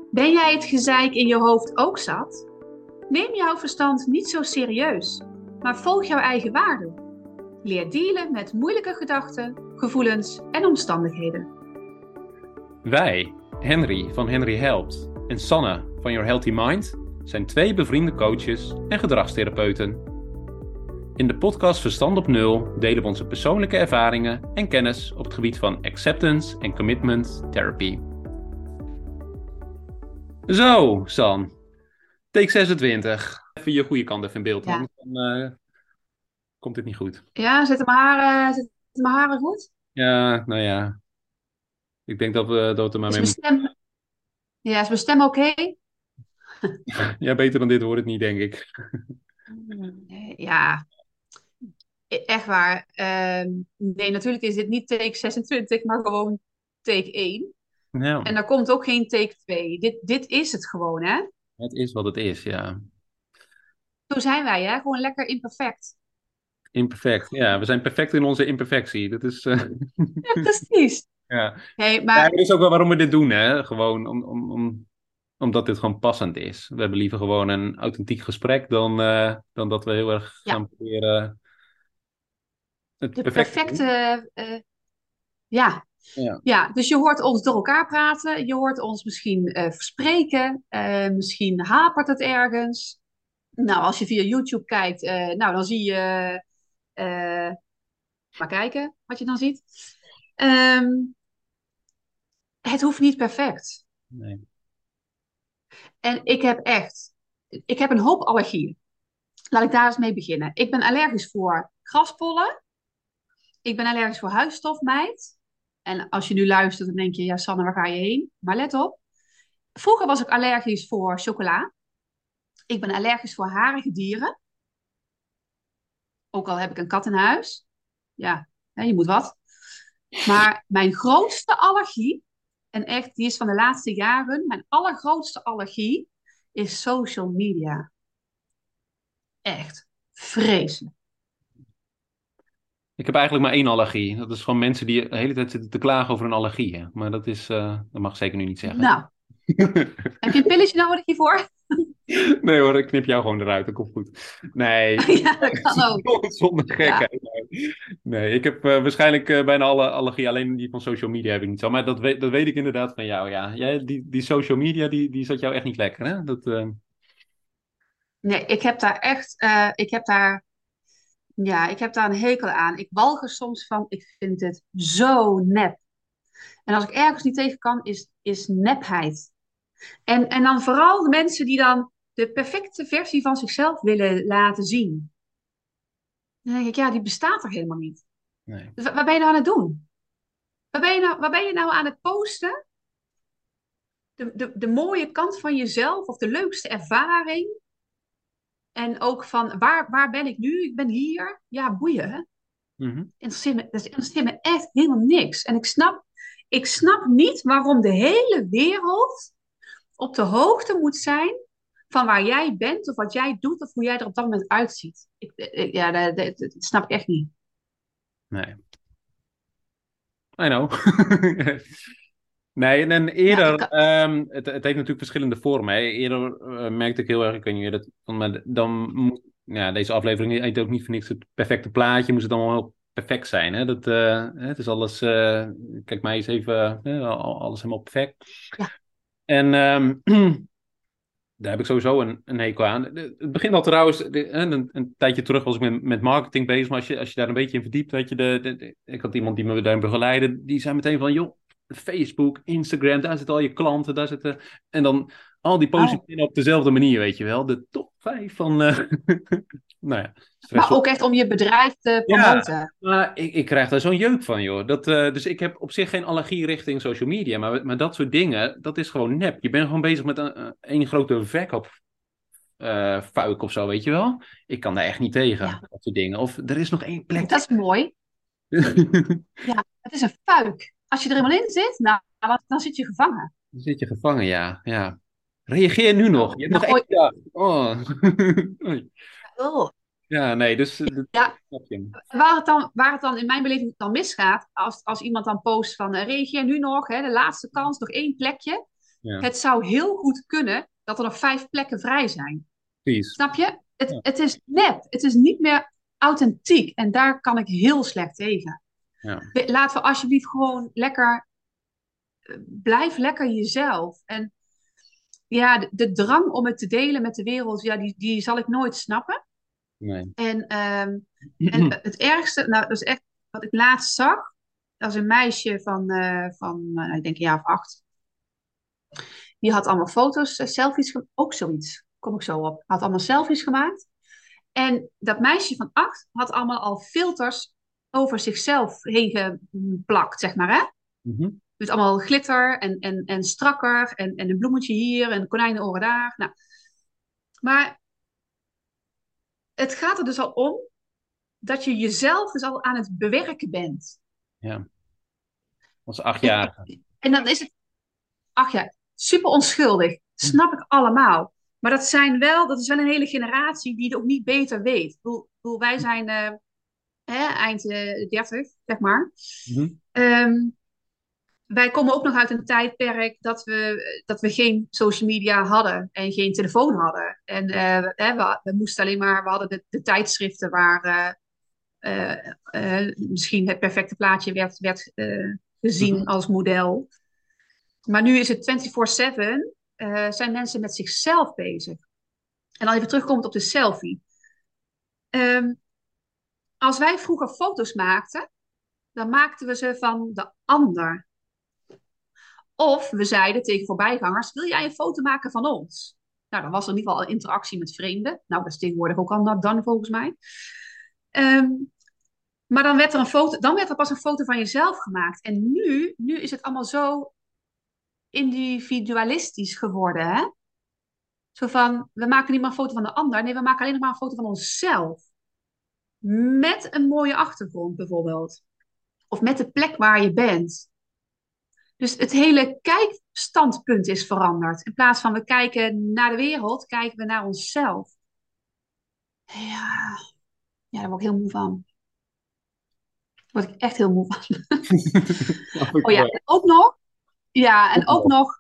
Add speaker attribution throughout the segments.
Speaker 1: Ben jij het gezeik in je hoofd ook zat? Neem jouw verstand niet zo serieus, maar volg jouw eigen waarden. Leer dealen met moeilijke gedachten, gevoelens en omstandigheden.
Speaker 2: Wij, Henry van Henry Helpt en Sanne van Your Healthy Mind, zijn twee bevriende coaches en gedragstherapeuten. In de podcast Verstand op Nul delen we onze persoonlijke ervaringen en kennis op het gebied van acceptance en commitment therapy. Zo, San. Take 26. Even je goede kant even in beeld,
Speaker 1: Ja,
Speaker 2: anders dan komt dit niet goed.
Speaker 1: ja, zitten mijn haren goed?
Speaker 2: Ja, nou ja. Ik denk dat we het er maar
Speaker 1: Is
Speaker 2: mee
Speaker 1: mijn
Speaker 2: moeten.
Speaker 1: stem, ja, is mijn stem oké?
Speaker 2: Ja, beter dan dit wordt het niet, denk ik.
Speaker 1: Ja, echt waar. Nee, natuurlijk is dit niet take 26, maar gewoon take 1.
Speaker 2: Ja,
Speaker 1: En daar komt ook geen take 2. Dit is het gewoon, hè?
Speaker 2: het is wat het is, ja.
Speaker 1: Zo zijn wij, hè? Gewoon lekker imperfect.
Speaker 2: Imperfect. Ja, we zijn perfect in onze imperfectie. Dat is.
Speaker 1: Ja, precies.
Speaker 2: Ja.
Speaker 1: Hey,
Speaker 2: Ja,
Speaker 1: maar
Speaker 2: dat is ook wel waarom we dit doen, hè? Gewoon omdat dit gewoon passend is. We hebben liever gewoon een authentiek gesprek dan dat we heel erg
Speaker 1: ja,
Speaker 2: gaan proberen het
Speaker 1: de
Speaker 2: perfect te
Speaker 1: perfecte.
Speaker 2: doen.
Speaker 1: Ja.
Speaker 2: Ja.
Speaker 1: Ja, dus je hoort ons door elkaar praten. Je hoort ons misschien verspreken. Misschien hapert het ergens. Nou, als je via YouTube kijkt, nou, dan zie je. eh, maar kijken wat je dan ziet. Ehm, het hoeft niet perfect.
Speaker 2: Nee.
Speaker 1: En ik heb een hoop allergieën. Laat ik daar eens mee beginnen. Ik ben allergisch voor graspollen. Ik ben allergisch voor huisstofmijt. En als je nu luistert, dan denk je, ja, Sanne, waar ga je heen? Maar let op. Vroeger was ik allergisch voor chocola. Ik ben allergisch voor harige dieren. Ook al heb ik een kat in huis. Ja, hè, je moet wat. Maar mijn grootste allergie, en echt, die is van de laatste jaren, mijn allergrootste allergie is social media. Echt vreselijk.
Speaker 2: Ik heb eigenlijk maar één allergie. Dat is van mensen die de hele tijd zitten te klagen over een allergie. Hè. Maar dat mag ik zeker nu niet zeggen.
Speaker 1: Nou, heb je een pilletje nodig hiervoor?
Speaker 2: Nee hoor, ik knip jou gewoon eruit. Dat komt goed. Nee,
Speaker 1: Ja, dat kan ook.
Speaker 2: zonder
Speaker 1: Ja.
Speaker 2: gekheid. Nee, ik heb waarschijnlijk bijna alle allergie. Alleen die van social media heb ik niet zo. Maar dat weet ik inderdaad van jou, ja. Die social media, die zat jou echt niet lekker, hè?
Speaker 1: Nee, ik heb daar echt, ik heb daar een hekel aan. Ik walg er soms van. Ik vind het zo nep. En als ik ergens niet tegen kan, is nepheid. En dan vooral de mensen die dan de perfecte versie van zichzelf willen laten zien. Dan denk ik, ja, die bestaat er helemaal niet.
Speaker 2: Nee.
Speaker 1: Dus wat ben je nou aan het doen? Waar ben je nou aan het posten? De mooie kant van jezelf of de leukste ervaring? En ook van, waar ben ik nu? Ik ben hier. Ja, boeien. Hè?
Speaker 2: Mhm.
Speaker 1: Dat interesseert me echt helemaal niks. En ik snap niet waarom de hele wereld op de hoogte moet zijn van waar jij bent of wat jij doet of hoe jij er op dat moment uitziet. Ja, dat snap ik echt niet.
Speaker 2: Nee. I know. Nee, en
Speaker 1: Ja, ik
Speaker 2: eerder,
Speaker 1: kan,
Speaker 2: het heeft natuurlijk verschillende vormen. Hè. Eerder merkte ik heel erg, ik weet niet hoe je dat vond, maar dan moet, ja, deze aflevering heet ook niet voor niks het perfecte plaatje, moest het allemaal heel perfect zijn. Hè. Het is alles, kijk mij eens even, alles helemaal perfect.
Speaker 1: ja,
Speaker 2: En daar heb ik sowieso een hekel aan. Het begint al trouwens, een tijdje terug was ik met marketing bezig, maar als je daar een beetje in verdiept, weet je, ik had iemand die me daarin begeleidde, die zei meteen van, joh, Facebook, Instagram, daar zitten al je klanten, daar zitten, en dan al die
Speaker 1: oh.
Speaker 2: posities op dezelfde manier, weet je wel, de top 5 van, nou ja, stress.
Speaker 1: Maar ook echt om je bedrijf te
Speaker 2: Ja,
Speaker 1: promoten.
Speaker 2: maar ik krijg daar zo'n jeuk van, joh. Dus ik heb op zich geen allergie richting social media. Maar dat soort dingen, dat is gewoon nep. Je bent gewoon bezig met een grote verkoop fuik of zo, weet je wel. Ik kan daar echt niet tegen,
Speaker 1: Ja,
Speaker 2: dat soort dingen. Of er is nog één
Speaker 1: dat
Speaker 2: plekje.
Speaker 1: is mooi. Ja, het is een fuik. Als je er eenmaal in zit, nou, dan zit je gevangen.
Speaker 2: Dan zit je gevangen, ja. Ja. Reageer nu nog.
Speaker 1: Nou,
Speaker 2: Je hebt
Speaker 1: dan
Speaker 2: nog één
Speaker 1: gooi
Speaker 2: dag. Oh. Oei.
Speaker 1: oh.
Speaker 2: Ja, nee, dus dat
Speaker 1: Ja,
Speaker 2: snap je.
Speaker 1: waar het dan in mijn beleving dan misgaat, als iemand dan post van reageer nu nog, hè, de laatste kans, nog één plekje.
Speaker 2: Ja,
Speaker 1: het zou heel goed kunnen dat er nog 5 plekken vrij zijn.
Speaker 2: precies.
Speaker 1: Snap je?
Speaker 2: Ja,
Speaker 1: Het is nep. Het is niet meer authentiek. En daar kan ik heel slecht tegen.
Speaker 2: ja,
Speaker 1: Laten we alsjeblieft gewoon lekker, blijf lekker jezelf. En ja, de drang om het te delen met de wereld, ja, die zal ik nooit snappen.
Speaker 2: nee.
Speaker 1: En het ergste, nou, dat is echt wat ik laatst zag. Dat was een meisje van ik denk een jaar of 8. Die had allemaal foto's, selfies, ook zoiets. Kom ik zo op. Had allemaal selfies gemaakt. En dat meisje van 8 had allemaal al filters over zichzelf heen geplakt, zeg maar, hè?
Speaker 2: Mhm.
Speaker 1: Met allemaal glitter en strakker en een bloemetje hier en konijnenoren daar. Nou, maar het gaat er dus al om dat je jezelf dus al aan het bewerken bent.
Speaker 2: Ja, als 8 jaar.
Speaker 1: En dan is het, ach ja, super onschuldig. Snap ik allemaal. Maar dat is wel een hele generatie die het ook niet beter weet. Ik bedoel, wij zijn eind 30, zeg maar.
Speaker 2: Mhm.
Speaker 1: Ehm, wij komen ook nog uit een tijdperk dat we geen social media hadden en geen telefoon hadden. En we moesten alleen maar, we hadden de tijdschriften waar misschien het perfecte plaatje werd gezien
Speaker 2: Mhm.
Speaker 1: als model. Maar nu is het 24/7, zijn mensen met zichzelf bezig. En dan even terugkomend op de selfie. Ehm, als wij vroeger foto's maakten, dan maakten we ze van de ander. Of we zeiden tegen voorbijgangers, wil jij een foto maken van ons? Nou, dan was er in ieder geval al interactie met vreemden. Nou, dat is tegenwoordig ook al not done volgens mij. Ehm, maar dan werd er pas een foto van jezelf gemaakt. En nu is het allemaal zo individualistisch geworden, hè? Zo van, we maken niet meer een foto van de ander. Nee, we maken alleen nog maar een foto van onszelf. Met een mooie achtergrond bijvoorbeeld. Of met de plek waar je bent. Dus het hele kijkstandpunt is veranderd. In plaats van we kijken naar de wereld, kijken we naar onszelf. Ja, ja, daar word ik heel moe van. Daar word ik echt heel moe van.
Speaker 2: Snap ik
Speaker 1: Oh ja,
Speaker 2: wel.
Speaker 1: en ook nog, ja, en
Speaker 2: Ook
Speaker 1: ook
Speaker 2: wel.
Speaker 1: nog,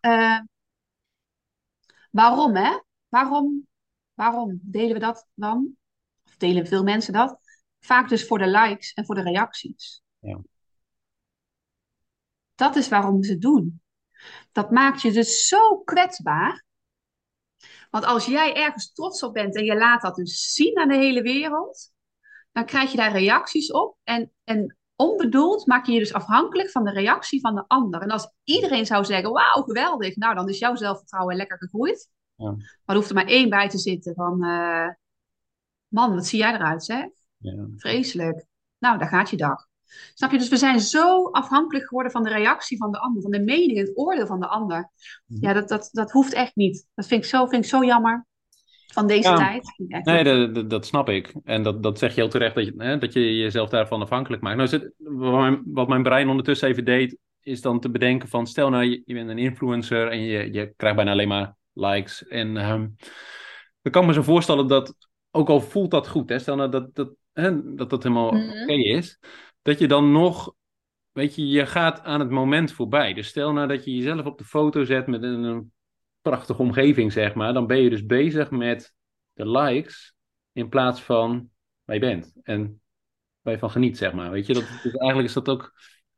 Speaker 1: waarom hè? Waarom delen we dat dan? Of delen veel mensen dat? Vaak dus voor de likes en voor de reacties.
Speaker 2: Ja.
Speaker 1: Dat is waarom ze het doen. Dat maakt je dus zo kwetsbaar. Want als jij ergens trots op bent en je laat dat dus zien aan de hele wereld, dan krijg je daar reacties op. En onbedoeld maak je je dus afhankelijk van de reactie van de ander. En als iedereen zou zeggen, wauw, geweldig, nou dan is jouw zelfvertrouwen lekker gegroeid.
Speaker 2: Ja.
Speaker 1: Maar er hoeft er maar 1 bij te zitten van, man, wat zie jij eruit, zeg?
Speaker 2: Ja.
Speaker 1: Vreselijk. Nou, daar gaat je dag. Snap je? Dus we zijn zo afhankelijk geworden van de reactie van de ander, van de mening en het oordeel van de ander.
Speaker 2: Mhm.
Speaker 1: Ja, dat hoeft echt niet. Dat vind ik zo jammer van deze
Speaker 2: Ja,
Speaker 1: tijd. Vind ik echt
Speaker 2: nee,
Speaker 1: heel-
Speaker 2: dat snap ik. En dat zeg je heel terecht, dat je jezelf daarvan afhankelijk maakt. Nou, wat mijn brein ondertussen even deed, is dan te bedenken van, stel nou, je bent een influencer en je krijgt bijna alleen maar likes. En ik kan me zo voorstellen dat, ook al voelt dat goed, hè, stel nou dat helemaal oké
Speaker 1: Mhm.
Speaker 2: is, dat je dan nog, weet je gaat aan het moment voorbij. Dus stel nou dat je jezelf op de foto zet met een prachtige omgeving, zeg maar, dan ben je dus bezig met de likes in plaats van waar je bent en waar je van geniet, zeg maar. Weet je, dus eigenlijk is dat ook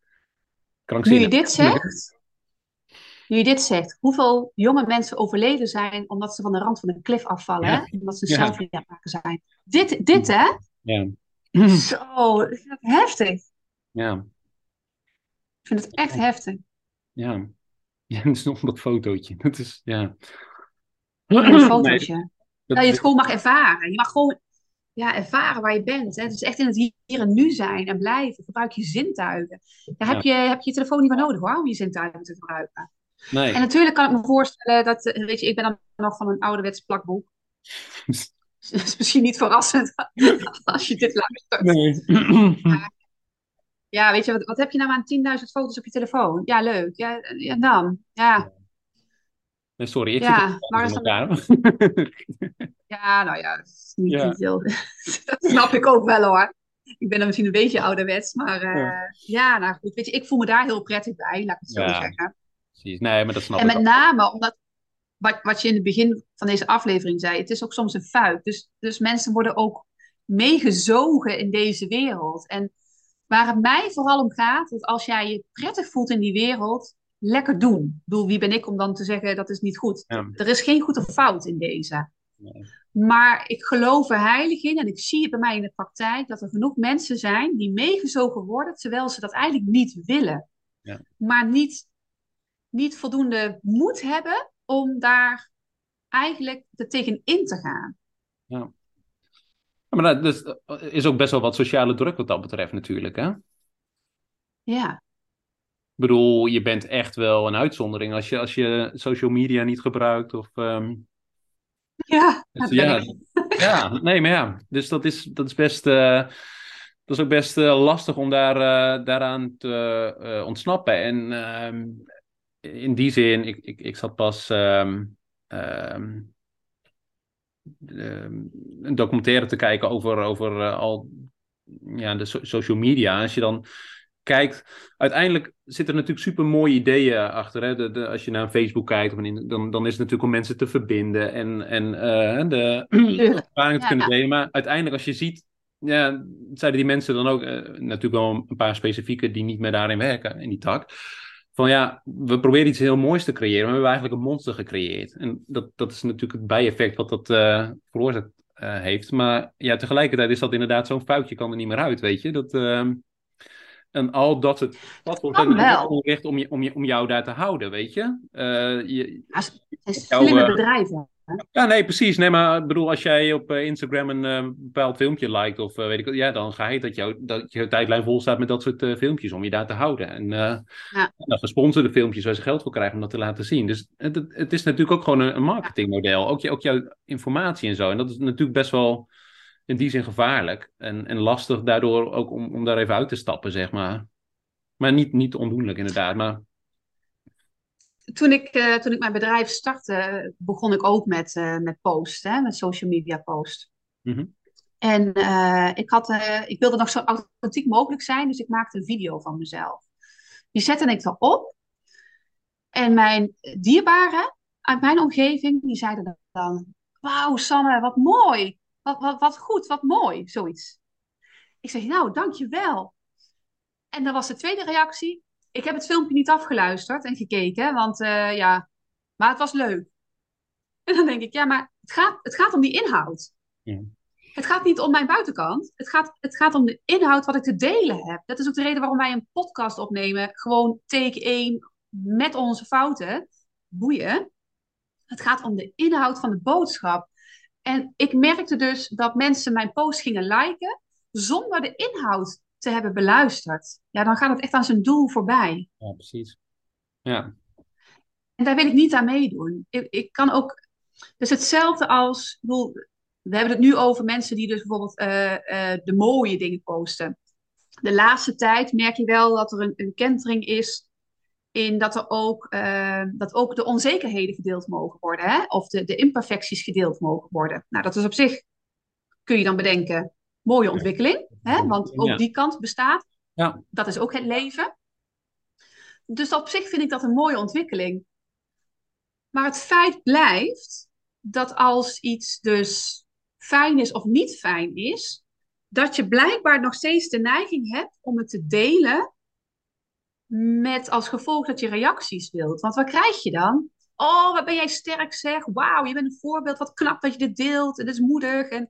Speaker 1: Nu je
Speaker 2: krankzinnig.
Speaker 1: dit zegt, Nu je dit zegt, hoeveel jonge mensen overleden zijn omdat ze van de rand van een klif afvallen,
Speaker 2: Ja,
Speaker 1: hè? Omdat ze een
Speaker 2: ja,
Speaker 1: selfie aan het maken zijn. Dit hè?
Speaker 2: ja,
Speaker 1: Zo, ik vind het heftig.
Speaker 2: ja,
Speaker 1: Ik vind het echt heftig.
Speaker 2: ja. Ja, dat is nog dat fotootje. Dat is, ja.
Speaker 1: Om dat
Speaker 2: Nee,
Speaker 1: fotootje. Dat je het
Speaker 2: dat,
Speaker 1: gewoon mag ervaren. Je mag gewoon ja, ervaren waar je bent. Hè? Dus echt in het hier en nu zijn en blijven. Gebruik je zintuigen. Daar heb
Speaker 2: ja,
Speaker 1: je telefoon niet voor nodig hoor, om je zintuigen te gebruiken. En
Speaker 2: nee.
Speaker 1: natuurlijk kan ik me voorstellen dat, weet je, ik ben dan nog van een ouderwets plakboek. Dat is misschien niet verrassend als je dit luistert.
Speaker 2: Nee.
Speaker 1: Ja, weet je, wat heb je nou aan 10.000 foto's op je telefoon? Ja, leuk. Ja, dan. Ja,
Speaker 2: Nee, sorry, ik zit ook
Speaker 1: ja. Waar
Speaker 2: anders
Speaker 1: is
Speaker 2: in
Speaker 1: dan...
Speaker 2: elkaar.
Speaker 1: Ja, nou ja, dat is niet
Speaker 2: Ja,
Speaker 1: heel... Dat snap ik ook wel hoor. Ik ben dan misschien een beetje ouderwets, maar
Speaker 2: ja,
Speaker 1: ja, nou goed. Weet je, ik voel me daar heel prettig bij, laat ik het zo
Speaker 2: ja.
Speaker 1: zeggen.
Speaker 2: precies. Nee, maar dat snap
Speaker 1: En
Speaker 2: ik
Speaker 1: met
Speaker 2: ook.
Speaker 1: name omdat, wat je in het begin van deze aflevering zei, het is ook soms een fuik. Dus mensen worden ook meegezogen in deze wereld. En waar het mij vooral om gaat, dat als jij je prettig voelt in die wereld, lekker doen. Ik bedoel, wie ben ik om dan te zeggen dat is niet goed?
Speaker 2: Ja,
Speaker 1: Er is geen goed of fout in deze.
Speaker 2: nee.
Speaker 1: Maar ik geloof er heilig in en ik zie het bij mij in de praktijk dat er genoeg mensen zijn die meegezogen worden terwijl ze dat eigenlijk niet willen.
Speaker 2: Ja.
Speaker 1: Maar niet voldoende moed hebben om daar eigenlijk er tegen in te gaan.
Speaker 2: Ja. Maar dat dus, is ook best wel wat sociale druk wat dat betreft natuurlijk, hè?
Speaker 1: Ja,
Speaker 2: Ik bedoel, je bent echt wel een uitzondering als je social media niet gebruikt. Of,
Speaker 1: ja,
Speaker 2: dus
Speaker 1: dat ben
Speaker 2: ja,
Speaker 1: ik.
Speaker 2: ja, nee, maar ja. Dus dat is best, dat is ook best lastig om daaraan te ontsnappen. En in die zin, ik zat pas ehm, een documentaire te kijken over al ja, de social media. Als je dan kijkt, uiteindelijk zitten er natuurlijk super mooie ideeën achter. Hè? Als je naar een Facebook kijkt, dan is het natuurlijk om mensen te verbinden en de ervaring te kunnen
Speaker 1: Ja,
Speaker 2: delen. Maar uiteindelijk, als je ziet, ja, zeiden die mensen dan ook, natuurlijk wel een paar specifieke die niet meer daarin werken, in die tak. Van ja, we proberen iets heel moois te creëren, maar we hebben eigenlijk een monster gecreëerd. En dat is natuurlijk het bijeffect wat dat veroorzaakt heeft. Maar ja, tegelijkertijd is dat inderdaad zo'n foutje, kan er niet meer uit, weet je. En al dat soort platforms zijn
Speaker 1: kan
Speaker 2: natuurlijk ook
Speaker 1: wel.
Speaker 2: gericht om jou daar te houden, weet je.
Speaker 1: Ja, het zijn
Speaker 2: Jouw,
Speaker 1: slimme bedrijven. Hè?
Speaker 2: ja, nee, precies. Nee, maar ik bedoel, als jij op Instagram een bepaald filmpje liked of weet ik wat, ja, dan ga je dat je tijdlijn vol staat met dat soort filmpjes om je daar te houden. En
Speaker 1: Ja,
Speaker 2: dan gesponsorde filmpjes waar ze geld voor krijgen om dat te laten zien. Dus het is natuurlijk ook gewoon een
Speaker 1: ja.
Speaker 2: marketingmodel. Ook jouw informatie en zo. En dat is natuurlijk best wel in die zin gevaarlijk. En lastig daardoor ook om daar even uit te stappen, zeg maar. Maar niet ondoenlijk, inderdaad. Maar
Speaker 1: Toen ik mijn bedrijf startte, begon ik ook met post, hè, met social media post.
Speaker 2: mhm,
Speaker 1: En ik wilde nog zo authentiek mogelijk zijn, dus ik maakte een video van mezelf. Die zette ik erop. En mijn dierbaren uit mijn omgeving, die zeiden dan: Wauw, Sanne, wat mooi. Wat goed, wat mooi, zoiets. Ik zeg: Nou, dankjewel. En dan was de tweede reactie: Ik heb het filmpje niet afgeluisterd en gekeken, want ja, maar het was leuk. En dan denk ik: Ja, maar het gaat om die inhoud.
Speaker 2: ja,
Speaker 1: Het gaat niet om mijn buitenkant. Het gaat om de inhoud wat ik te delen heb. Dat is ook de reden waarom wij een podcast opnemen. Gewoon take 1 met onze fouten. Boeien. Het gaat om de inhoud van de boodschap. En ik merkte dus dat mensen mijn post gingen liken zonder de inhoud te hebben beluisterd. Ja, dan gaat het echt aan zijn doel voorbij.
Speaker 2: ja, precies. Ja,
Speaker 1: En daar wil ik niet aan meedoen. Ik kan ook. Dus hetzelfde als. Ik bedoel, we hebben het nu over mensen die dus bijvoorbeeld de mooie dingen posten. De laatste tijd merk je wel dat er een kentering is in dat ook de onzekerheden gedeeld mogen worden. Hè? Of de imperfecties gedeeld mogen worden. Nou, dat is op zich, kun je dan bedenken, mooie
Speaker 2: ja,
Speaker 1: ontwikkeling. Hè? Want ook
Speaker 2: ja,
Speaker 1: die kant bestaat.
Speaker 2: ja,
Speaker 1: Dat is ook het leven. Dus op zich vind ik dat een mooie ontwikkeling. Maar het feit blijft dat als iets dus fijn is of niet fijn is, dat je blijkbaar nog steeds de neiging hebt om het te delen met als gevolg dat je reacties wilt. Want wat krijg je dan? Oh, wat ben jij sterk zeg. Wauw, je bent een voorbeeld. Wat knap dat je dit deelt. Het is moedig. En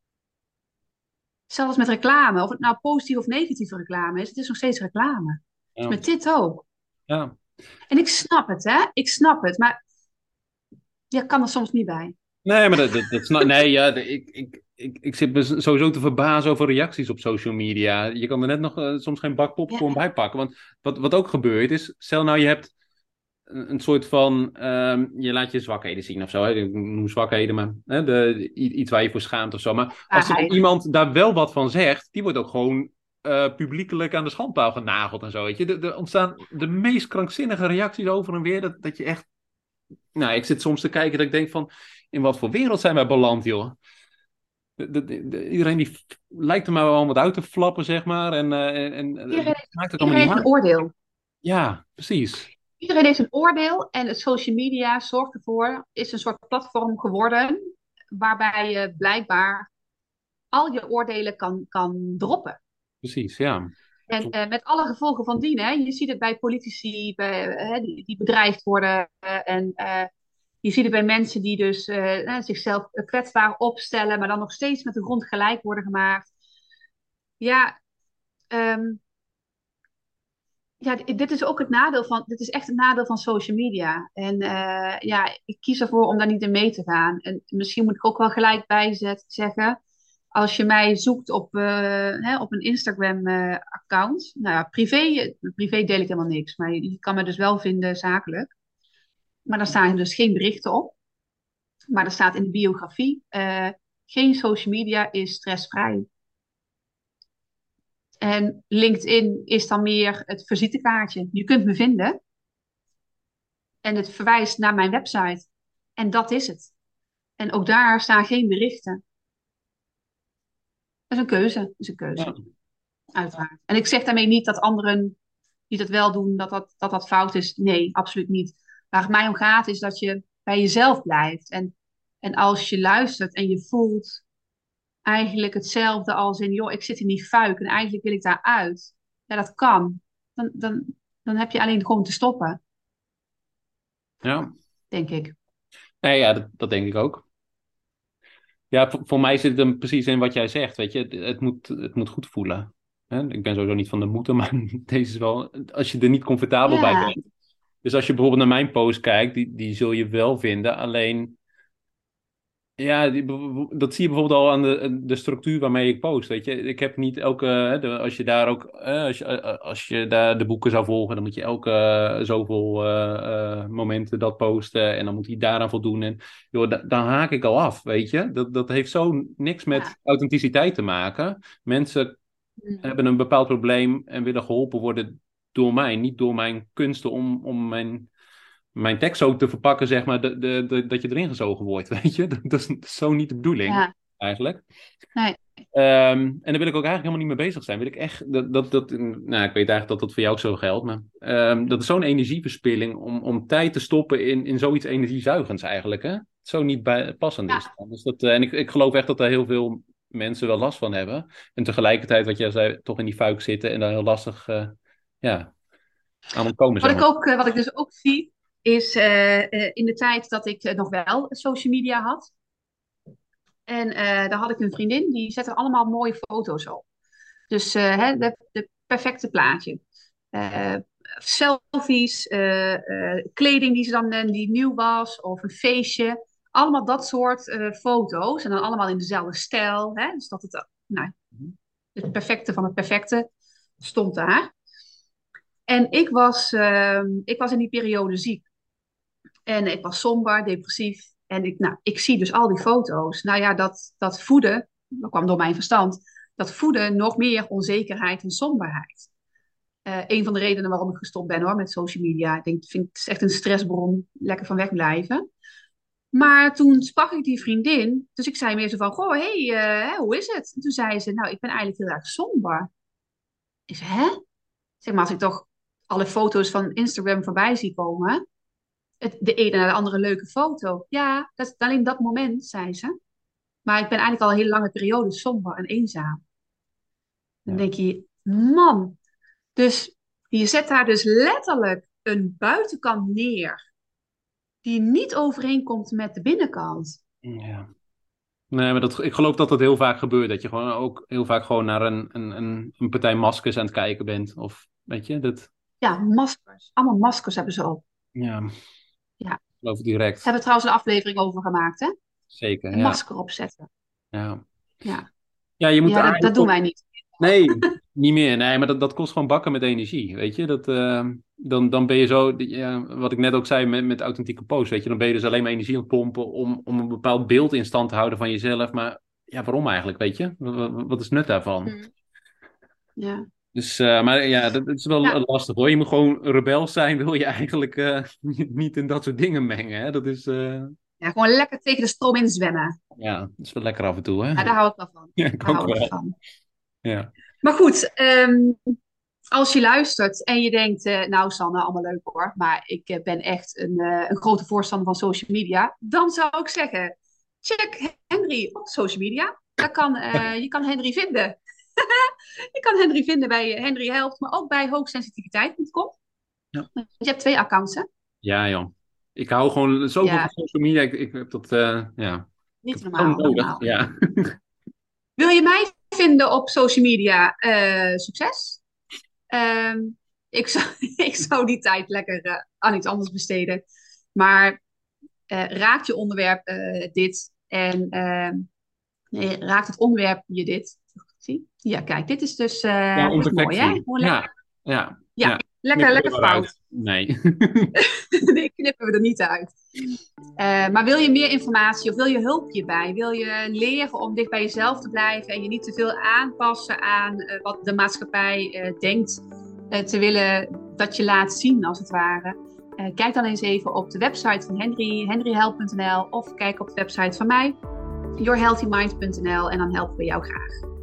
Speaker 1: zelfs met reclame, of het nou positieve of negatieve reclame is, het is nog steeds reclame. Dus
Speaker 2: ja,
Speaker 1: met dit ook.
Speaker 2: ja.
Speaker 1: En ik snap het, hè? Ik snap het. Maar je kan er soms niet bij.
Speaker 2: Nee, maar nee, ja, ik zit me sowieso te verbazen over reacties op social media. Je kan er net nog soms geen bak popcorn
Speaker 1: Ja,
Speaker 2: bij pakken. Want wat ook gebeurt is, stel nou je hebt een soort van, je laat je zwakheden zien of zo. Hè? Ik noem zwakheden, maar hè, iets waar je voor schaamt of zo. Maar als er dan
Speaker 1: waarheid.
Speaker 2: iemand daar wel wat van zegt, die wordt ook gewoon publiekelijk aan de schandpaal genageld en zo. Weet je? Er ontstaan de meest krankzinnige reacties over en weer, dat je echt. Nou, ik zit soms te kijken dat ik denk van, in wat voor wereld zijn wij beland, joh? Iedereen die lijkt er maar wel wat uit te flappen, zeg maar. En
Speaker 1: Iedereen,
Speaker 2: maakt het allemaal
Speaker 1: iedereen
Speaker 2: niet
Speaker 1: heeft een
Speaker 2: uit.
Speaker 1: oordeel.
Speaker 2: Ja, precies.
Speaker 1: Iedereen heeft een oordeel en het social media zorgt ervoor, is een soort platform geworden waarbij je blijkbaar al je oordelen kan droppen.
Speaker 2: Precies, ja.
Speaker 1: En met alle gevolgen van dien, hè. Je ziet het bij politici die bedreigd worden. Je ziet het bij mensen die dus zichzelf kwetsbaar opstellen, maar dan nog steeds met de grond gelijk worden gemaakt. Ja, ehm, ja, dit is ook het nadeel van, dit is echt het nadeel van social media. En ja, ik kies ervoor om daar niet in mee te gaan. En misschien moet ik ook wel gelijk zeggen, als je mij zoekt op een Instagram-account, nou ja, privé deel ik helemaal niks, maar je kan me dus wel vinden zakelijk. Maar daar staan dus geen berichten op. Maar er staat in de biografie, geen social media is stressvrij. En LinkedIn is dan meer het visitekaartje. Je kunt me vinden. En het verwijst naar mijn website. En dat is het. En ook daar staan geen berichten. Dat is een keuze. Dat is een
Speaker 2: Ja,
Speaker 1: keuze. Uiteraard. En ik zeg daarmee niet dat anderen die dat wel doen, dat fout is. Nee, absoluut niet. Waar het mij om gaat, is dat je bij jezelf blijft. En als je luistert en je voelt eigenlijk hetzelfde als in, joh, ik zit in die fuik en eigenlijk wil ik daaruit. Ja, dat kan. Dan heb je alleen gewoon te stoppen,
Speaker 2: ja.
Speaker 1: denk ik.
Speaker 2: Nee, ja, dat denk ik ook. Ja, voor mij zit het hem precies in wat jij zegt, weet je. Het moet goed voelen. Hè? Ik ben sowieso niet van de moeten, maar deze is wel... Als je er niet comfortabel bij
Speaker 1: Ja,
Speaker 2: bent. Dus als je bijvoorbeeld naar mijn post kijkt, die zul je wel vinden. Alleen, ja, dat zie je bijvoorbeeld al aan de structuur waarmee ik post, weet je. Ik heb niet elke... als je daar ook... als je daar de boeken zou volgen, dan moet je elke zoveel momenten dat posten. En dan moet hij daaraan voldoen. En joh, dan haak ik al af, weet je. Dat heeft zo niks
Speaker 1: ja.
Speaker 2: met authenticiteit te maken. Mensen
Speaker 1: Mm.
Speaker 2: hebben een bepaald probleem en willen geholpen worden door mij. Niet door mijn kunsten om mijn tekst zo te verpakken, zeg maar, dat je erin gezogen wordt, weet je. Dat is zo niet de bedoeling,
Speaker 1: Ja,
Speaker 2: eigenlijk.
Speaker 1: nee.
Speaker 2: En daar wil ik ook eigenlijk helemaal niet mee bezig zijn. Wil ik echt, nou, ik weet eigenlijk dat dat voor jou ook zo geldt, maar dat is zo'n energieverspilling om tijd te stoppen in zoiets energiezuigends eigenlijk, hè. Zo niet passend is
Speaker 1: Ja.
Speaker 2: het dan. Dus en ik geloof echt dat daar heel veel mensen wel last van hebben. En tegelijkertijd, wat jij zei, toch in die fuik zitten en daar heel lastig ja, aan ontkomen zijn.
Speaker 1: Wat ik dus ook zie, is in de tijd dat ik nog wel social media had. En daar had ik een vriendin, die zette allemaal mooie foto's op. Dus de perfecte plaatje. Eh, Selfies, kleding die ze dan die nieuw was, of een feestje. Allemaal dat soort foto's. En dan allemaal in dezelfde stijl. Hè? Dus dat nou, het perfecte van het perfecte stond daar. En ik was in die periode ziek. En ik was somber, depressief. En ik zie dus al die foto's. Nou ja, dat voedde, dat kwam door mijn verstand, dat voedde nog meer onzekerheid en somberheid. Een van de redenen waarom ik gestopt ben hoor, met social media. Ik denk, vind het is echt een stressbron, lekker van weg blijven. Maar toen sprak ik die vriendin, dus ik zei meer zo van, goh, hey, hoe is het? En toen zei ze, nou, ik ben eigenlijk heel erg somber. Ik zei, hè? Zeg maar, als ik toch alle foto's van Instagram voorbij zie komen, de ene naar de andere leuke foto. Ja, dat is alleen dat moment, zei ze. Maar ik ben eigenlijk al een hele lange periode somber en eenzaam. Dan
Speaker 2: Ja.
Speaker 1: denk je, man. Dus je zet daar dus letterlijk een buitenkant neer die niet overeenkomt met de binnenkant.
Speaker 2: Ja. Nee, maar ik geloof dat dat heel vaak gebeurt. Dat je gewoon ook heel vaak gewoon naar een partij maskers aan het kijken bent. Of weet je, dat.
Speaker 1: Ja, maskers. Allemaal maskers hebben ze op.
Speaker 2: Ja, ik
Speaker 1: Ja.
Speaker 2: geloof het
Speaker 1: Ze
Speaker 2: direct.
Speaker 1: hebben trouwens een aflevering over gemaakt, hè?
Speaker 2: Zeker,
Speaker 1: Een
Speaker 2: ja.
Speaker 1: masker opzetten.
Speaker 2: Ja,
Speaker 1: Ja,
Speaker 2: ja je moet
Speaker 1: ja dat
Speaker 2: eigenlijk
Speaker 1: doen
Speaker 2: toch.
Speaker 1: wij niet.
Speaker 2: Nee, niet meer. Nee, maar dat kost gewoon bakken met energie. Weet je, dan ben je zo. Ja, wat ik net ook zei met authentieke posts. Weet je, dan ben je dus alleen maar energie aan het pompen om een bepaald beeld in stand te houden van jezelf. Maar ja, waarom eigenlijk? Weet je, wat is het nut daarvan?
Speaker 1: Hm. Ja.
Speaker 2: Dus, maar ja, dat is wel
Speaker 1: Ja.
Speaker 2: lastig hoor. Je moet gewoon rebels zijn, wil je eigenlijk niet in dat soort dingen mengen. Hè? Dat is,
Speaker 1: Ja, gewoon lekker tegen de stroom in zwemmen.
Speaker 2: ja, dat is wel lekker af en toe, hè?
Speaker 1: Ja, daar hou ik wel van.
Speaker 2: Ja, ik
Speaker 1: Daar
Speaker 2: ook
Speaker 1: hou ik
Speaker 2: wel.
Speaker 1: van.
Speaker 2: Ja.
Speaker 1: Maar goed, als je luistert en je denkt, nou Sanne, allemaal leuk hoor, maar ik ben echt een grote voorstander van social media, dan zou ik zeggen, check Henry op social media. Je kan Henry vinden. Je kan Henry vinden bij Henry Helpt, maar ook bij hoogsensitiviteit.com.
Speaker 2: Ja.
Speaker 1: Je hebt 2 accounts, hè?
Speaker 2: Ja, joh. Ik hou gewoon zoveel van
Speaker 1: Ja,
Speaker 2: social media. Ik heb dat, ja. Ik
Speaker 1: niet
Speaker 2: heb het gewoon
Speaker 1: normaal, niet
Speaker 2: nodig.
Speaker 1: normaal.
Speaker 2: Ja.
Speaker 1: Wil je mij vinden op social media? Succes. Ehm, ik zou die tijd lekker aan iets anders besteden. Maar raakt je onderwerp dit en nee, raakt het onderwerp je dit? Zie? Ja, kijk, dit is dus
Speaker 2: Ja,
Speaker 1: dit
Speaker 2: onze
Speaker 1: is mooi, hè?
Speaker 2: flexie.
Speaker 1: Gewoon lekker,
Speaker 2: Ja, ja,
Speaker 1: ja,
Speaker 2: ja.
Speaker 1: lekker,
Speaker 2: Knippen we
Speaker 1: lekker
Speaker 2: eruit.
Speaker 1: fout.
Speaker 2: Nee.
Speaker 1: Die knippen we er niet uit. Maar wil je meer informatie of wil je hulp hierbij? Wil je leren om dicht bij jezelf te blijven en je niet te veel aanpassen aan wat de maatschappij denkt te willen dat je laat zien, als het ware? Kijk dan eens even op de website van Henry, henryhelp.nl, of kijk op de website van mij, yourhealthymind.nl, en dan helpen we jou graag.